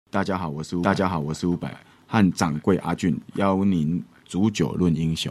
大家好，我是伍佰，和掌柜阿俊邀您煮酒论英雄。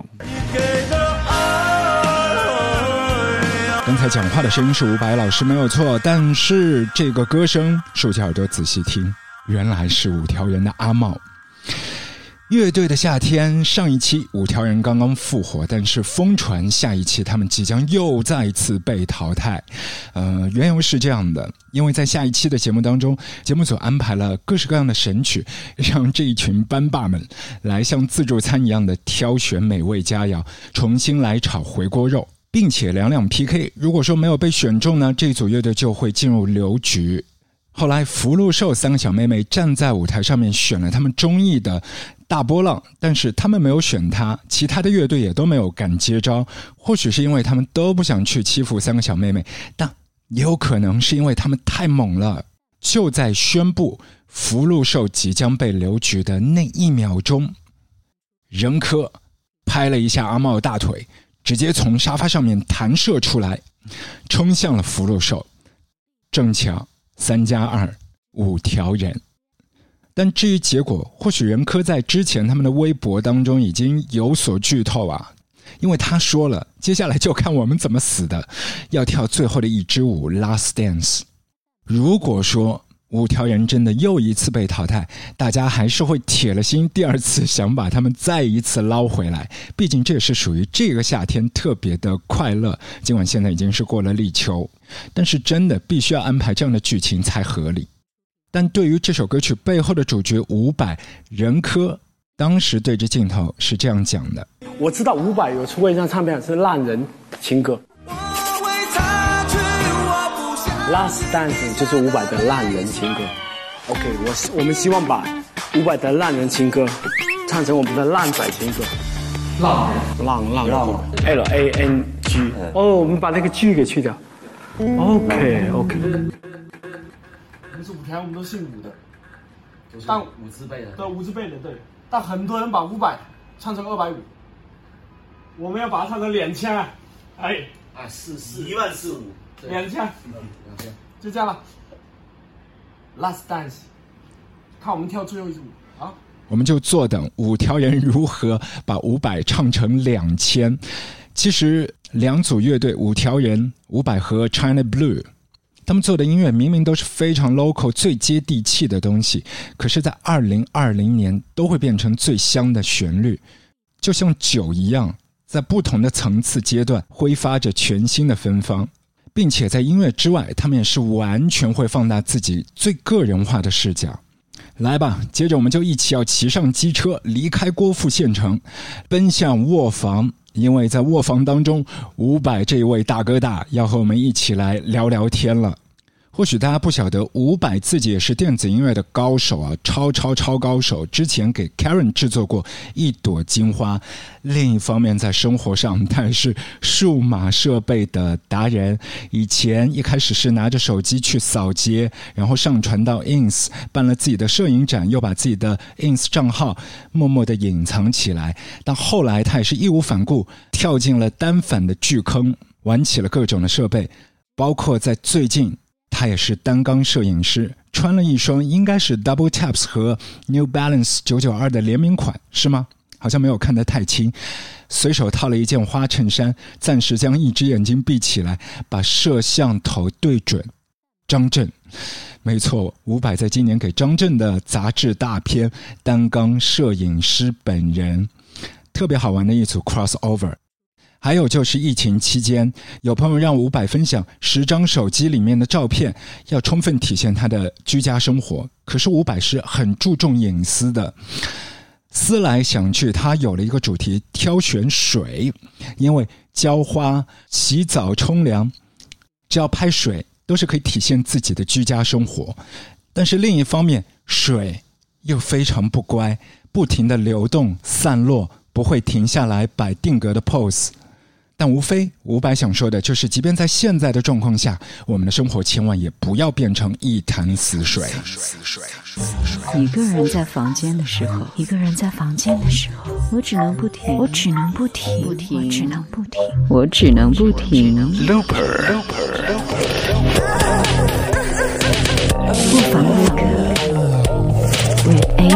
刚才讲话的声音是伍佰老师没有错，但是这个歌声竖起耳朵仔细听，原来是五条人的阿茂。乐队的夏天上一期五条人刚刚复活，但是疯传下一期他们即将又再次被淘汰。缘由是这样的，因为在下一期的节目当中，节目组安排了各式各样的神曲，让这一群班霸们来像自助餐一样的挑选美味佳肴，重新来炒回锅肉，并且2-2 PK。如果说没有被选中呢，这组乐队就会进入留局。后来福禄寿3个小妹妹站在舞台上面选了他们中意的大波浪，但是他们没有选他，其他的乐队也都没有敢接招，或许是因为他们都不想去欺负3个小妹妹，但也有可能是因为他们太猛了。就在宣布福禄寿即将被留局的那1秒钟，任科拍了一下阿茂的大腿，直接从沙发上面弹射出来，冲向了福禄寿。正巧3+2 5条人。但至于结果，或许任科在之前他们的微博当中已经有所剧透啊，因为他说了，接下来就看我们怎么死的，要跳最后的一支舞 Last Dance。 如果说五条人真的又一次被淘汰，大家还是会铁了心第2次想把他们再一次捞回来，毕竟这也是属于这个夏天特别的快乐，尽管现在已经是过了立秋，但是真的必须要安排这样的剧情才合理。但对于这首歌曲背后的主角伍佰，任科当时对着镜头是这样讲的： 我知道伍佰有出过一张唱片是烂人情歌， Last Dance 就是伍佰的烂人情歌。 OK， 我们希望把伍佰的烂人情歌唱成我们的烂仔情歌。浪LANG。我们把那个 G 给去掉。OK。 我们是5条，我们都姓伍的，但伍字辈的，对，伍字辈的，对。但很多人把伍佰唱成250，我们要把它唱成2000。14000，2000，就这样了。Last Dance， 看我们跳最后一支舞啊！ 我们就坐等五条人如何把伍佰唱成2000。其实2组乐队，五条人、伍佰和 China Blue，他们做的音乐明明都是非常 local 最接地气的东西，可是在2020年都会变成最香的旋律，就像酒一样，在不同的层次阶段挥发着全新的芬芳，并且在音乐之外，他们也是完全会放大自己最个人化的视角。来吧，接着我们就一起要骑上机车，离开郭富县城，奔向卧房。因为在卧房当中，伍佰这一位大哥大要和我们一起来聊聊天了。或许大家不晓得，伍佰自己也是电子音乐的高手啊，超高手。之前给 Karen 制作过一朵金花。另一方面，在生活上他也是数码设备的达人。以前一开始是拿着手机去扫街，然后上传到 ins， 办了自己的摄影展，又把自己的 ins 账号默默地隐藏起来。但后来他也是义无反顾跳进了单反的巨坑，玩起了各种的设备，包括在最近他也是单缸摄影师，穿了一双应该是 Double Taps 和 New Balance 992的联名款，是吗？好像没有看得太清。随手套了一件花衬衫，暂时将一只眼睛闭起来，把摄像头对准张震。没错，伍佰在今年给张震的杂志大片单缸摄影师本人，特别好玩的一组 crossover。还有就是疫情期间，有朋友让伍佰分享10张手机里面的照片，要充分体现他的居家生活。可是伍佰是很注重隐私的，思来想去，他有了一个主题，挑选水，因为浇花、洗澡、冲凉，只要拍水都是可以体现自己的居家生活。但是另一方面，水又非常不乖，不停地流动散落，不会停下来摆定格的 pose。但无非伍佰想说的就是，即便在现在的状况下，我们的生活千万也不要变成一潭死水。 一个人在房间的时候，我只能不停。Looper 不妨录歌。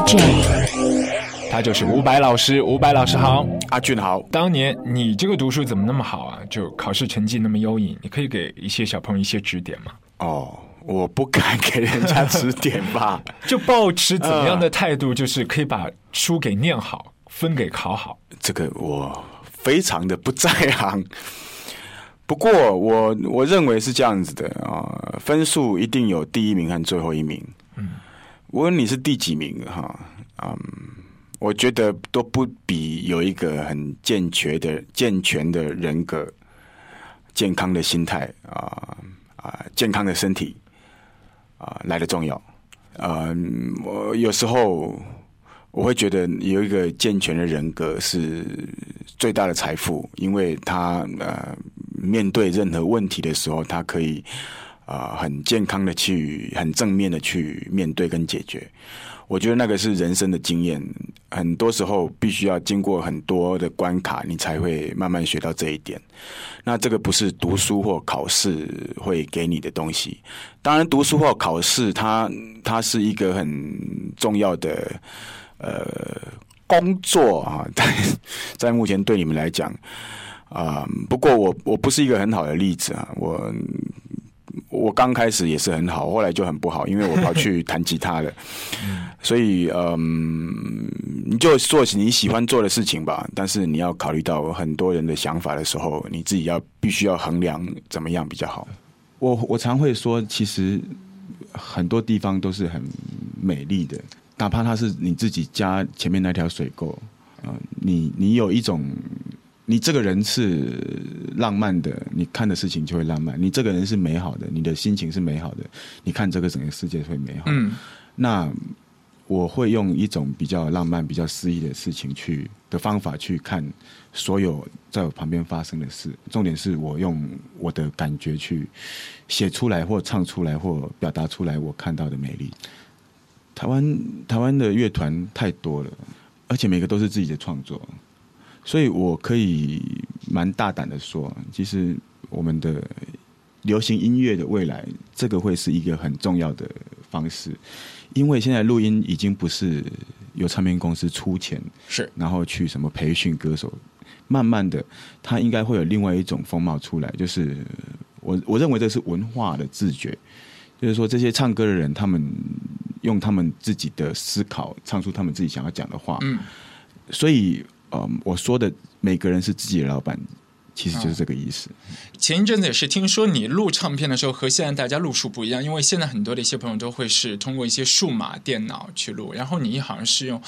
DJ， 他就是伍佰老师。伍佰老师好。 阿俊好。 当年你这个读书怎么那么好啊？就考试成绩那么优异，你可以给一些小朋友一些指点吗？ 哦，我不敢给人家指点吧。 就抱持怎么样的态度，就是可以把书给念好，分给考好。 这个我非常的不在行。不过我认为是这样子的啊，分数一定有第一名和最后一名。无论你是第几名哈，我觉得都不比有一个很健全的人格、健康的心态健康的身体来得重要。我有时候我会觉得有一个健全的人格是最大的财富，因为他面对任何问题的时候，他可以很健康的很正面的去面对跟解决。我觉得那个是人生的经验，很多时候必须要经过很多的关卡，你才会慢慢学到这一点。那这个不是读书或考试会给你的东西。当然，读书或考试它是一个很重要的工作啊，在目前对你们来讲不过我不是一个很好的例子啊，我刚开始也是很好，后来就很不好，因为我跑去弹吉他了。所以你就做你喜欢做的事情吧，但是你要考虑到很多人的想法的时候，你自己必须要衡量怎么样比较好。我常会说，其实很多地方都是很美丽的，哪怕它是你自己家前面那条水沟你有一种。你这个人是浪漫的，你看的事情就会浪漫；你这个人是美好的，你的心情是美好的，你看这个整个世界会美好。那我会用一种比较浪漫、比较诗意的事情的方法去看所有在我旁边发生的事。重点是我用我的感觉去写出来，或唱出来，或表达出来我看到的美丽。台湾的乐团太多了，而且每个都是自己的创作。所以我可以蛮大胆的说，其实我们的流行音乐的未来，这个会是一个很重要的方式，因为现在录音已经不是由唱片公司出钱，然后去什么培训歌手，慢慢的，它应该会有另外一种风貌出来，就是我认为这是文化的自觉，就是说这些唱歌的人，他们用他们自己的思考，唱出他们自己想要讲的话，所以。我说的每个人是自己的老板，其实就是这个意思。 前一阵子也是听说你录唱片的时候和现在大家录数不一样，因为现在很多的一些朋友都会是通过一些数码电脑去录，然后你好像是用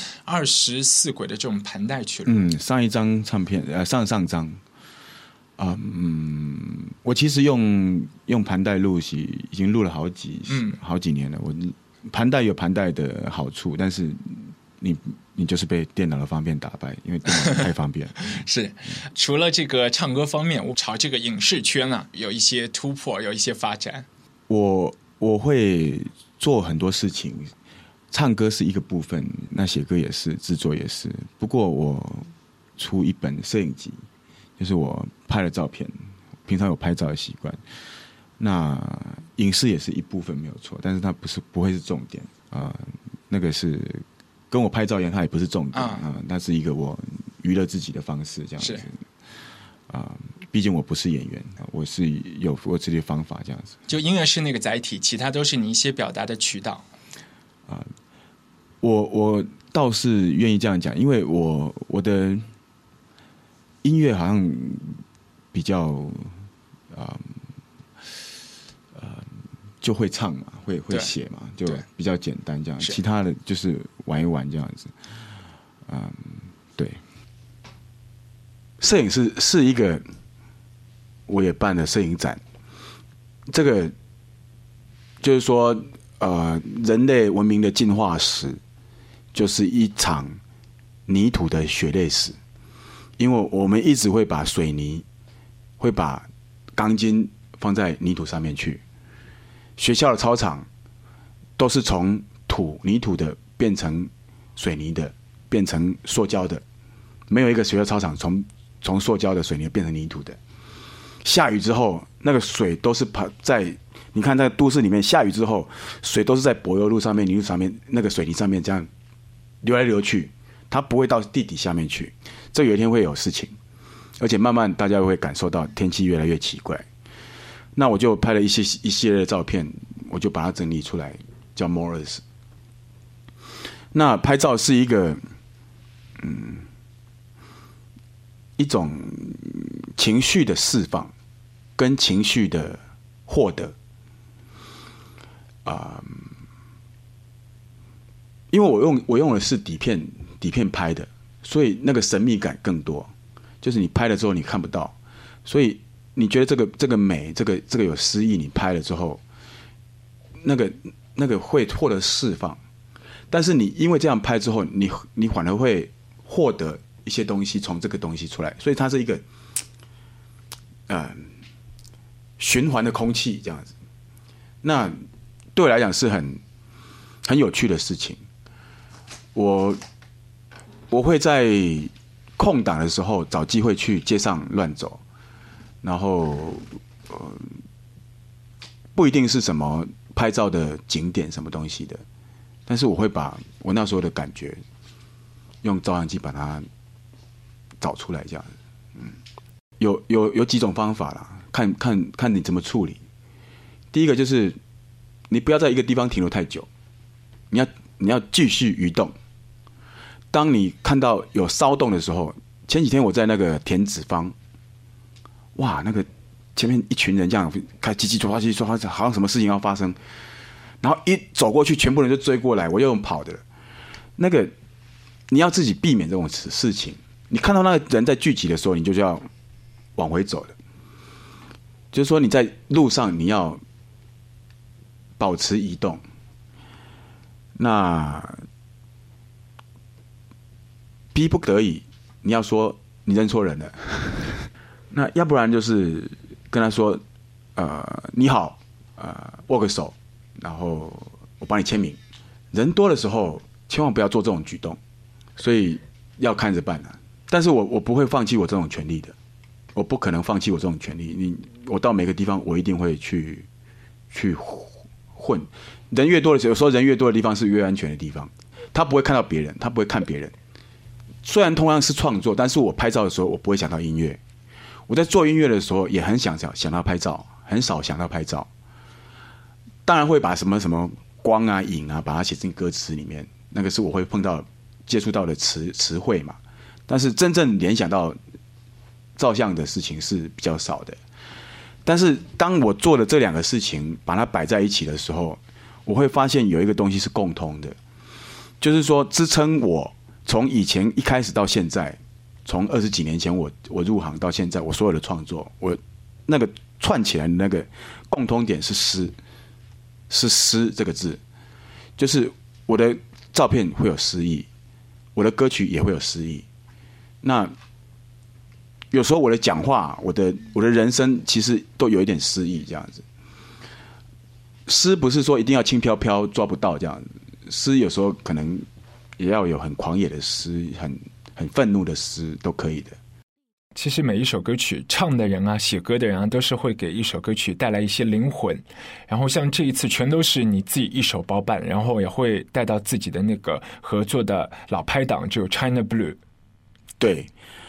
24轨的这种盘带去录。 上一张唱片上张我其实用盘带录已经录了好几年了。我盘带有盘带的好处，但是你就是被电脑的方便打败，因为电脑太方便。 是，除了这个唱歌方面，我朝这个影视圈有一些突破，有一些发展。 我会做很多事情，唱歌是一个部分，那写歌也是，制作也是。不过我出一本摄影集，就是我拍了照片，平常有拍照的习惯。那影视也是一部分没有错，但是它不会是重点那个是。跟我拍照一样，它也不是重点那是一个我娱乐自己的方式，这样子毕竟我不是演员，我是有我自己的方法，这样子。 就音乐是那个载体，其他都是你一些表达的渠道我倒是愿意这样讲，因为我的音乐好像比较就会唱嘛，会写嘛，就比较简单这样。其他的就是玩一玩这样子。对。摄影是一个，我也办了摄影展。这个就是说，人类文明的进化史，就是一场泥土的血泪史。因为我们一直会把水泥，会把钢筋放在泥土上面去。学校的操场都是从泥土的变成水泥的，变成塑胶的，没有一个学校操场从塑胶的水泥变成泥土的。下雨之后，那个水都是你看在都市里面下雨之后，水都是在柏油路上面、泥路上面、那个水泥上面这样流来流去，它不会到地底下面去。这有一天会有事情，而且慢慢大家会感受到天气越来越奇怪。那我就拍了一系列的照片，我就把它整理出来，叫 Morris。那拍照是一个，一种情绪的释放，跟情绪的获得。因为我用的是底片拍的，所以那个神秘感更多。就是你拍了之后你看不到，所以你觉得这个美，这个有诗意，你拍了之后，那个会获得释放。但是你因为这样拍之后，你反而会获得一些东西从这个东西出来，所以它是一个循环的空气这样子。那对我来讲是很有趣的事情。我会在空档的时候找机会去街上乱走，然后不一定是什么拍照的景点什么东西的，但是我会把我那时候的感觉用照相机把它找出来，这样子。有几种方法啦，看你怎么处理。第一个就是你不要在一个地方停留太久，你要继续移动。当你看到有骚动的时候，前几天我在那个田子坊，哇，那个前面一群人这样开叽叽喳喳，好像什么事情要发生，然后一走过去，全部人就追过来，我又用跑的了。那个你要自己避免这种事情。你看到那个人在聚集的时候，你就要往回走了。就是说你在路上你要保持移动。那逼不得已，你要说你认错人了，那要不然就是跟他说，你好，握个手，然后我帮你签名。人多的时候，千万不要做这种举动，所以要看着办啊。但是我不会放弃我这种权利的，我不可能放弃我这种权利。我到每个地方，我一定会去混。人越多的时候，有时候人越多的地方是越安全的地方，他不会看到别人，他不会看别人。虽然同样是创作，但是我拍照的时候，我不会想到音乐。我在做音乐的时候，也很想到拍照，很少想到拍照。当然会把什么光啊、影啊，把它写进歌词里面，那个是我会接触到的词汇嘛。但是真正联想到照相的事情是比较少的。但是当我做了这两个事情，把它摆在一起的时候，我会发现有一个东西是共通的，就是说支撑我从以前一开始到现在，从20几年前我入行到现在，我所有的创作，我那个串起来的那个共通点是诗，是诗这个字，就是我的照片会有诗意，我的歌曲也会有诗意。那有时候我的讲话，我的人生其实都有一点诗意这样子。诗不是说一定要轻飘飘抓不到这样子，诗有时候可能也要有很狂野的诗，很愤怒的诗都可以的。 其实每一首歌曲唱的人啊，写歌的人啊，都是会给一首歌曲带来一些灵魂。然后像这一次全都是你自己一手包办，然后也会带到自己的那个合作的老拍档，就 China Blue。 对，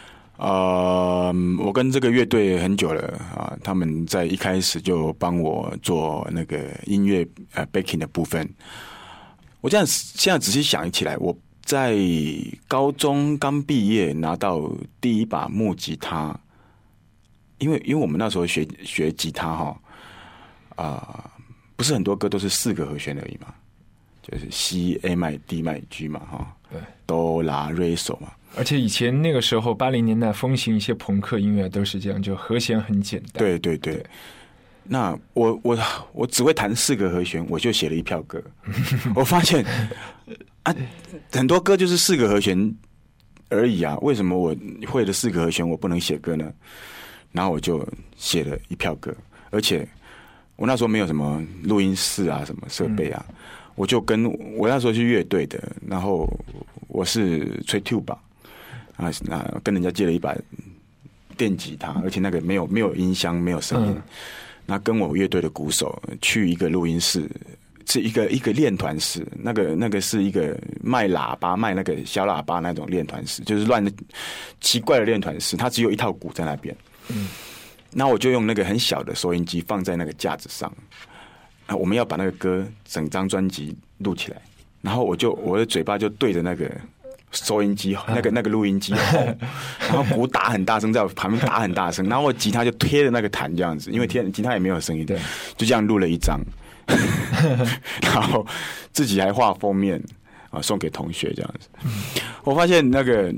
我跟这个乐队很久了啊，他们在一开始就帮我做那个音乐backing 的部分。我现在仔细想起来，我在高中刚毕业拿到第一把木吉他，因为我们那时候学吉他不是很多歌都是4个和弦而已嘛，就是 C A 麦 D 麦 G 嘛对， 哆啦瑞手嘛。 而且以前那个时候80年代风行一些朋克音乐都是这样，就和弦很简单。对。那我只会弹4个和弦，我就写了一票歌。我发现很多歌就是4个和弦而已啊，为什么我会的4个和弦我不能写歌呢？然后我就写了一票歌，而且我那时候没有什么录音室啊，什么设备啊，我就跟我那时候是乐队的，然后我是吹 tuba 跟人家借了一把电吉他，而且那个没有音箱，没有声音。那跟我乐队的鼓手去一个录音室， 是一个练团室，那个是一个卖喇叭卖那个小喇叭那种练团室，就是奇怪的练团室，它只有一套鼓在那边。那我就用那个很小的收音机放在那个架子上，我们要把那个歌整张专辑录起来，然后我的嘴巴就对着那个收音机，那个录音机，然后鼓打很大声，在我旁边打很大声，然后我吉他就贴着那个弹这样子，因为吉他也没有声音，就这样录了一张，然后自己还画封面送给同学这样子。我发现那个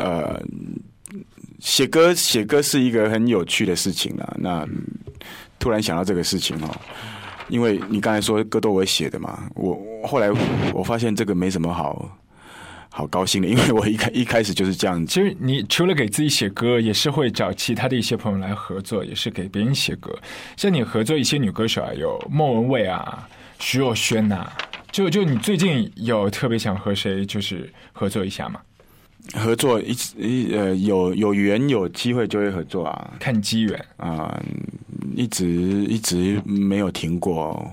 写歌是一个很有趣的事情啦。那突然想到这个事情因为你刚才说歌都我写的嘛，后来我发现这个没什么好高兴的，因为我一开始就是这样子。 其实你除了给自己写歌，也是会找其他的一些朋友来合作，也是给别人写歌。像你合作一些女歌手有莫文蔚啊、徐若瑄啊，就你最近有特别想和谁就是合作一下吗？ 合作有缘有机会就会合作啊， 看机缘啊，一直没有停过。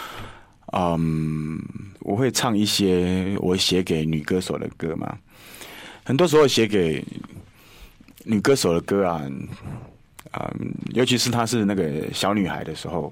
我会唱一些我写给女歌手的歌嘛，很多时候写给女歌手的歌尤其是她是那个小女孩的时候，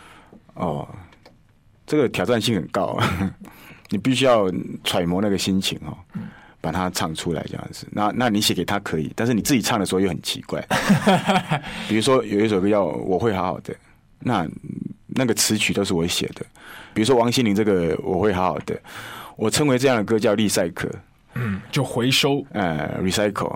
这个挑战性很高，你必须要揣摩那个心情把它唱出来这样子。那你写给她可以，但是你自己唱的时候又很奇怪。比如说有一首歌叫《我会好好的》，那个词曲都是我写的。比如说王心凌这个《我会好好的》，我称为这样的歌叫利赛克， 就回收 recycle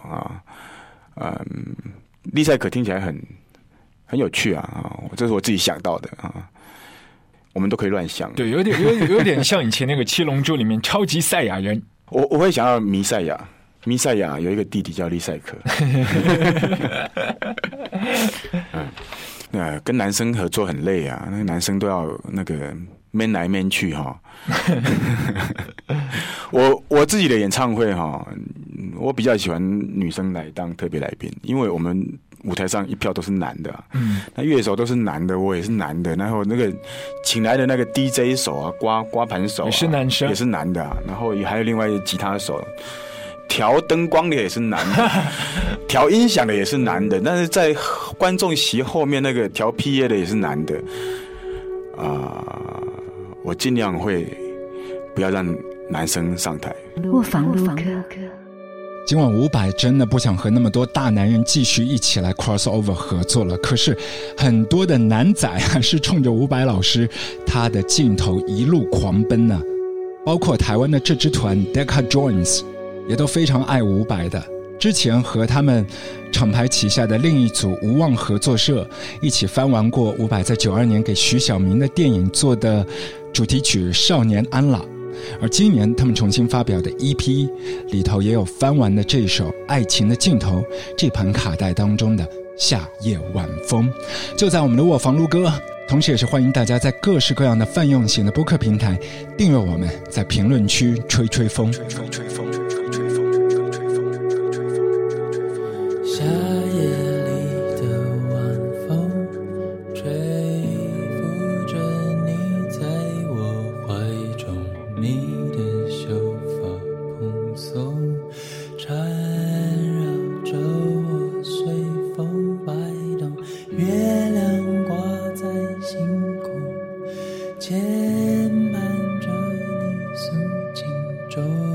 利赛克听起来很有趣这是我自己想到的我们都可以乱想。 对，有点像以前那个《七龙珠》里面超级赛亚人。 我会想要弥赛亚有一个弟弟叫利赛克。跟男生合作很累那个男生都要那个 man 来 man 去我自己的演唱会我比较喜欢女生来当特别来宾，因为我们舞台上一票都是男的那乐手都是男的，我也是男的，然后那个请来的那个 DJ 手刮盘手也是男生， 也是男的然后还有另外一个吉他手，调灯光的也是男的，调音响的也是男的，但是在观众席后面那个调 PA 的也是男的我尽量会不要让男生上台。 卧房录歌。 今晚伍佰真的不想和那么多大男人继续一起来 crossover 合作了，可是很多的男仔还是冲着伍佰老师他的镜头一路狂奔呢。包括台湾的这支团 Decca Joins 也都非常爱伍佰的，之前和他们厂牌旗下的另一组无望合作社一起翻完过伍佰在92年给徐小明的电影做的主题曲《少年安啦》，而今年他们重新发表的 EP 里头也有翻完的这首《爱情的尽头》这盘卡带当中的《夏夜晚风》，就在我们的卧房录歌。同时也是欢迎大家在各式各样的泛用型的播客平台订阅我们，在评论区吹吹风。 夏夜里的晚风吹拂着你在我怀中，你的秀发蓬松缠绕着我，随风摆动，月亮挂在星空，牵绊着你素净中。